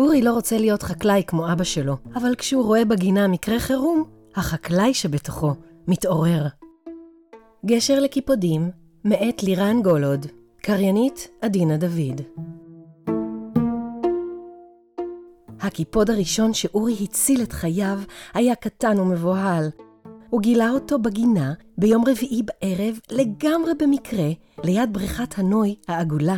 אורי לא רוצה להיות חקלאי כמו אבא שלו, אבל כשהוא רואה בגינה מקרה חירום, החקלאי שבתוכו מתעורר. גשר לקיפודים, מאת לירן גולוד, קריינית עדינה דוד. הקיפוד הראשון שאורי הציל את חייו היה קטן ומבוהל. הוא גילה אותו בגינה ביום רביעי בערב לגמרי במקרה ליד בריכת הנוי העגולה.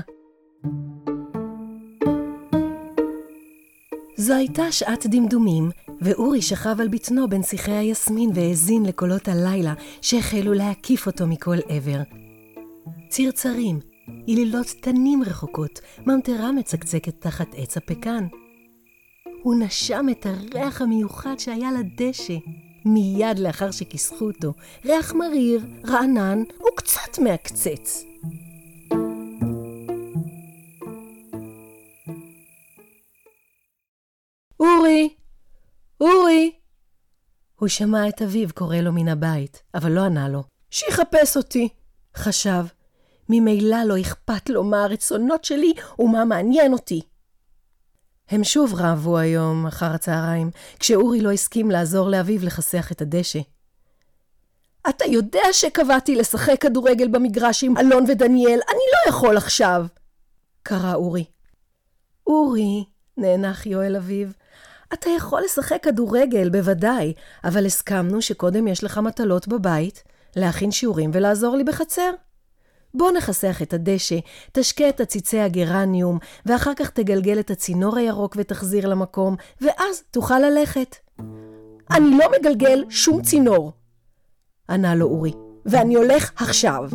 זו הייתה שעת דמדומים, ואורי שכב על בטנו בין שיחי היסמין והאזין לקולות הלילה שהחלו להקיף אותו מכל עבר. צרצרים, אלילות תנים רחוקות, ממטרה מצקצקת תחת עץ הפקן. הוא נשם את הריח המיוחד שהיה לדשא, מיד לאחר שכיסחו אותו, ריח מריר, רענן וקצת מעקצץ. אורי! אורי! הוא שמע את אביו קורא לו מן הבית, אבל לא ענה לו. שיחפש אותי, חשב. ממילא לא אכפת לו מה הרצונות שלי ומה מעניין אותי. הם שוב רבו היום אחר הצהריים, כשאורי לא הסכים לעזור לאביו לחסך את הדשא. אתה יודע שקבעתי לשחק כדורגל במגרש עם אלון ודניאל, אני לא יכול עכשיו, קרא אורי. אורי, נאנח יואל אביו, אתה יכול לשחק כדורגל בוודאי, אבל הסכמנו שקודם יש לך מטלות בבית, להכין שיעורים ולעזור לי בחצר. בוא נחסך את הדשא, תשקה את הציצי הגרניום, ואחר כך תגלגל את הצינור הירוק ותחזיר למקום, ואז תוכל ללכת. אני לא מגלגל שום צינור, ענה לו אורי, ואני הולך עכשיו.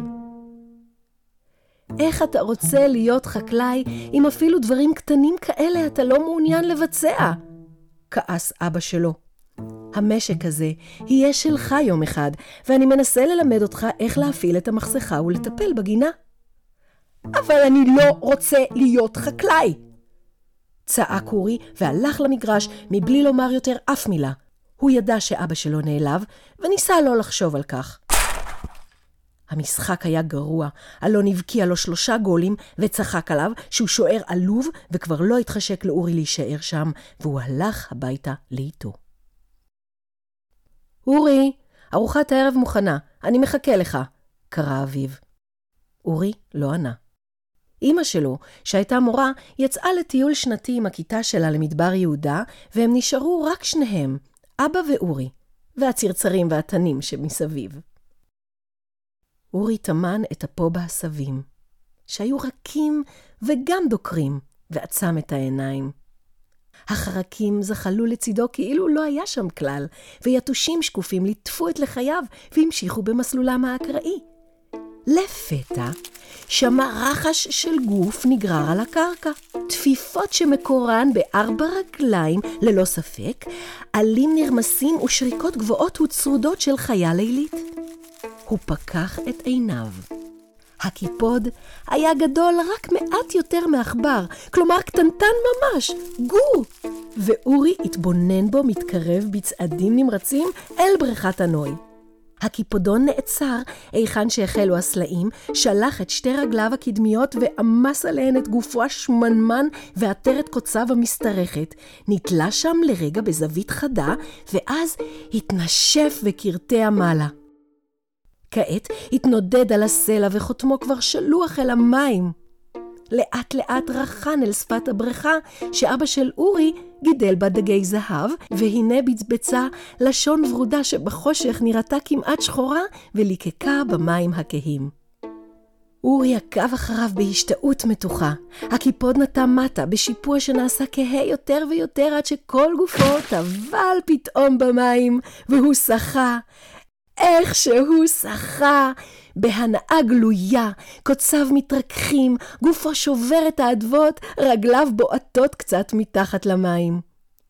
איך אתה רוצה להיות חקלאי אם אפילו דברים קטנים כאלה אתה לא מעוניין לבצע? כעס אבא שלו. המשק הזה יהיה שלך יום אחד, ואני מנסה ללמד אותך איך להפעיל את המחסכה ולטפל בגינה. אבל אני לא רוצה להיות חקלאי, צעק אורי והלך למגרש מבלי לומר יותר אף מילה. הוא ידע שאבא שלו נעלב וניסה לא לחשוב על כך. המשחק היה גרוע, אלון הבקיע לו 3 גולים וצחק עליו שהוא שוער עלוב וכבר לא התחשק לאורי להישאר שם, והוא הלך הביתה לאיתו. אורי, ארוחת הערב מוכנה, אני מחכה לך, קרא אביו. אורי לא ענה. אמא שלו, שהייתה מורה, יצאה לטיול שנתי עם הכיתה שלה למדבר יהודה, והם נשארו רק שניהם, אבא ואורי, והצרצרים והתנים שמסביב. אורי תמן את אפו בעשבים, שהיו רכים וגם דוקרים, ועצם את העיניים. החרקים זחלו לצידו כאילו לא היה שם כלל, ויתושים שקופים ליטפו את לחייו והמשיכו במסלולם האקראי. לפתע שמע רחש של גוף נגרר על הקרקע, תפיפות שמקורן ב4 רגליים ללא ספק, עלים נרמסים ושריקות גבוהות וצרודות של חיה לילית. הוא פקח את עיניו. הקיפוד היה גדול רק מעט יותר מעכבר, כלומר קטנטן ממש, גור. ואורי התבונן בו מתקרב בצעדים נמרצים אל בריכת הנוי. הקיפודון נעצר היכן שהחלו הסלעים, שלח את 2 רגליו הקדמיות ועמס עליהן את גופו השמנמן ועטרת קוציו המסתרכת. נתלה שם לרגע בזווית חדה, ואז התנשף וקרטע מעלה. כעת התנודד על הסלע וחותמו כבר שלוח אל המים. לאט לאט רחן אל שפת הבריכה שאבא של אורי גידל בה דגי זהב, והנה בצבצה לשון ורודה שבחושך נראתה כמעט שחורה וליקקה במים הכהים. אורי עקב אחריו בהשתאות מתוחה. הקיפוד נטה מטה בשיפוע שנעשה כהה יותר ויותר עד שכל גופו טבל פתאום במים, והוא שחה. איך שהוא שחה, בהנאה גלויה, קוציו מתרככים, גופו שובר את האדוות, רגליו בועטות קצת מתחת למים.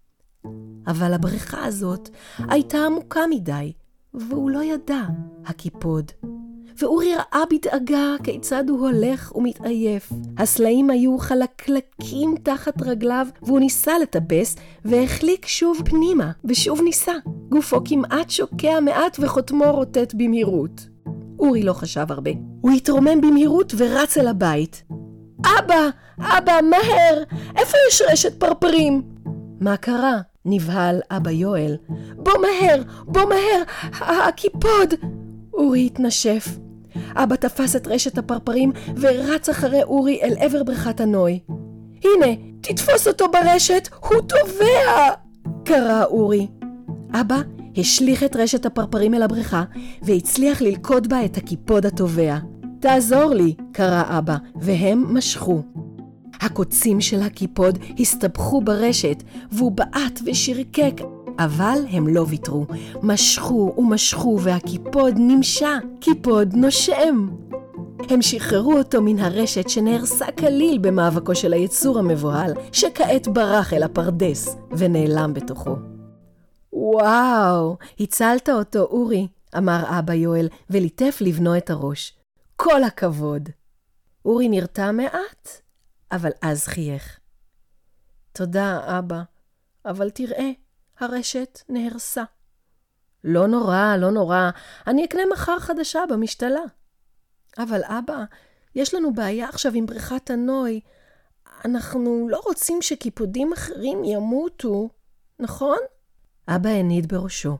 אבל הבריכה הזאת הייתה עמוקה מדי, והוא לא ידע, הקיפוד. ואורי ראה בדאגה כיצד הוא הולך ומתעייף. הסלעים היו חלקלקים תחת רגליו, והוא ניסה לטפס והחליק שוב פנימה, ושוב ניסה. גופו כמעט שוקע מעט וחותמו רוטט במהירות. אורי לא חשב הרבה. הוא התרומם במהירות ורץ אל הבית. אבא, מהר! איפה יש רשת פרפרים? מה קרה? נבהל אבא יואל. בוא מהר, הקיפוד! אורי התנשף. אבא תפס את רשת הפרפרים ורץ אחרי אורי אל עבר בריכת הנוי. הנה, תתפוס אותו ברשת, הוא טובע! קרא אורי. אבא השליך את רשת הפרפרים אל הבריכה והצליח ללכוד בה את הקיפוד הטובע. תעזור לי, קרא אבא, והם משכו. הקוצים של הקיפוד הסתבכו ברשת והוא בעט ושרקק, אבל הם לא ויתרו. משכו ומשכו והקיפוד נמשה, קיפוד נושם. הם שחררו אותו מן הרשת שנהרסה כליל במאבקו של היצור המבוהל, שכעת ברח אל הפרדס ונעלם בתוכו. וואו, הצלת אותו אורי, אמר אבא יואל וליטף לבנו את הראש. כל הכבוד. אורי נרתע מעט, אבל אז חייך. תודה אבא, אבל תראה, הרשת נהרסה. לא נורא, אני אקנה מחר חדשה במשתלה. אבל אבא, יש לנו בעיה עכשיו עם בריכת הנוי. אנחנו לא רוצים שקיפודים אחרים ימותו, נכון? אבא הניד בראשו.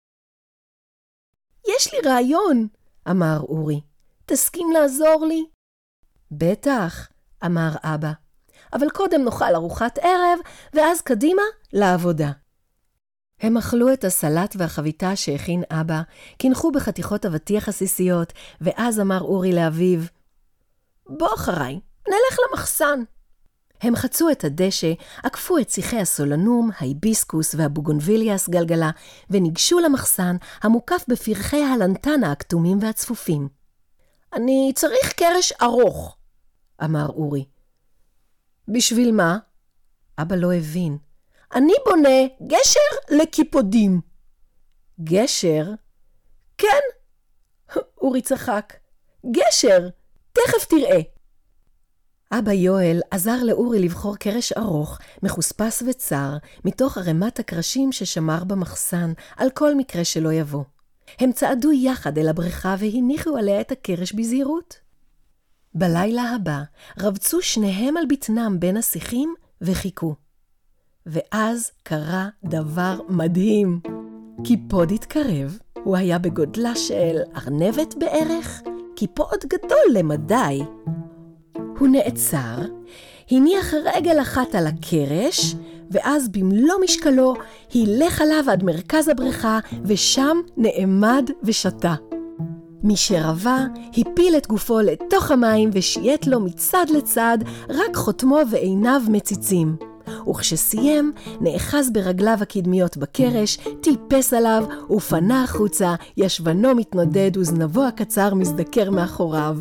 יש לי רעיון, אמר אורי. תסכים לעזור לי? בטח, אמר אבא. אבל קודם נאכל ארוחת ערב, ואז קדימה לעבודה. הם אכלו את הסלט והחביתה שהכין אבא, קנחו בחתיכות אבטיח עסיסיות, ואז אמר אורי לאביו, בוא אחריי, נלך למחסן. הם חצו את הדשא, עקפו את שיחי הסולנום, ההיביסקוס והבוגונביליאס גלגלה, וניגשו למחסן המוקף בפרחי הלנטנה הכתומים והצפופים. אני צריך קרש ארוך, אמר אורי. בשביל מה? אבא לא הבין. אני בונה גשר לקיפודים. גשר? כן. אורי צחק. גשר, תכף תראה. אבא יואל עזר לאורי לבחור קרש ארוך, מחוספס וצר, מתוך ערימת הקרשים ששמר במחסן, על כל מקרה שלא יבוא. הם צעדו יחד אל הבריכה והניחו עליה את הקרש בזהירות. בלילה הבא רבצו שניהם על בטנם בין השיחים וחיכו. ואז קרה דבר מדהים. קיפוד התקרב, הוא היה בגודלה של ארנבת בערך, קיפוד גדול למדי. הוא נעצר, הניח רגל אחת על הקרש, ואז במלוא משקלו הילך עליו עד מרכז הבריכה, ושם נעמד ושתה. מי שרבה הפיל את גופו לתוך המים ושייט לו מצד לצד, רק חותמו ועיניו מציצים. וכשסיים, נאחז ברגליו הקדמיות בקרש, טיפס עליו ופנה החוצה, ישבנו מתנודד וזנבו הקצר מזדקר מאחוריו.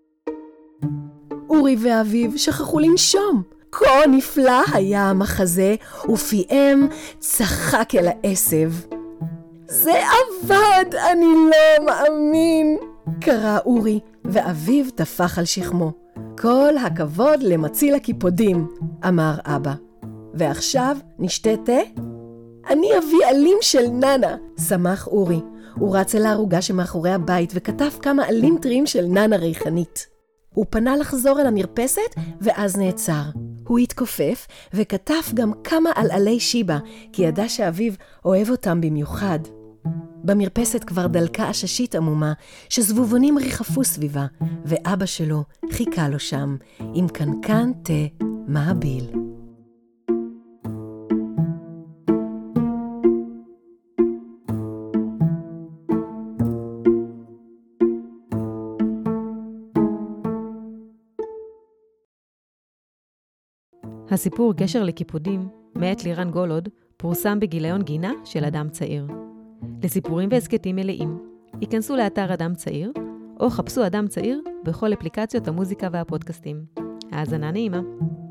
אורי ואביו שכחו לנשום. כה נפלא היה המחזה, ופיהם צחק אל העשב. זה עבד, אני לא מאמין, קרא אורי, ואביו טפח על שכמו. כל הכבוד למציל הקיפודים, אמר אבא. ועכשיו נשתה תה? אני אביא עלים של ננה, שמח אורי. הוא רץ אל הערוגה שמאחורי הבית וכתב כמה עלים טריים של ננה ריחנית. הוא פנה לחזור אל המרפסת ואז נעצר. הוא התכופף וכתב גם כמה על עלי שיבה, כי ידע שאביו אוהב אותם במיוחד. במרפסת כבר דלקה עששית עמומה, שזבובונים ריחפו סביבה, ואבא שלו חיכה לו שם, עם קנקן תה מעביל. הסיפור גשר לקיפודים, מאת לירן גולוד, פורסם בגיליון גינה של אדם צעיר. לסיפורים והסקטים מלאים, היכנסו לאתר אדם צעיר, או חפשו אדם צעיר בכל אפליקציות המוזיקה והפודקאסטים. האזנה נעימה.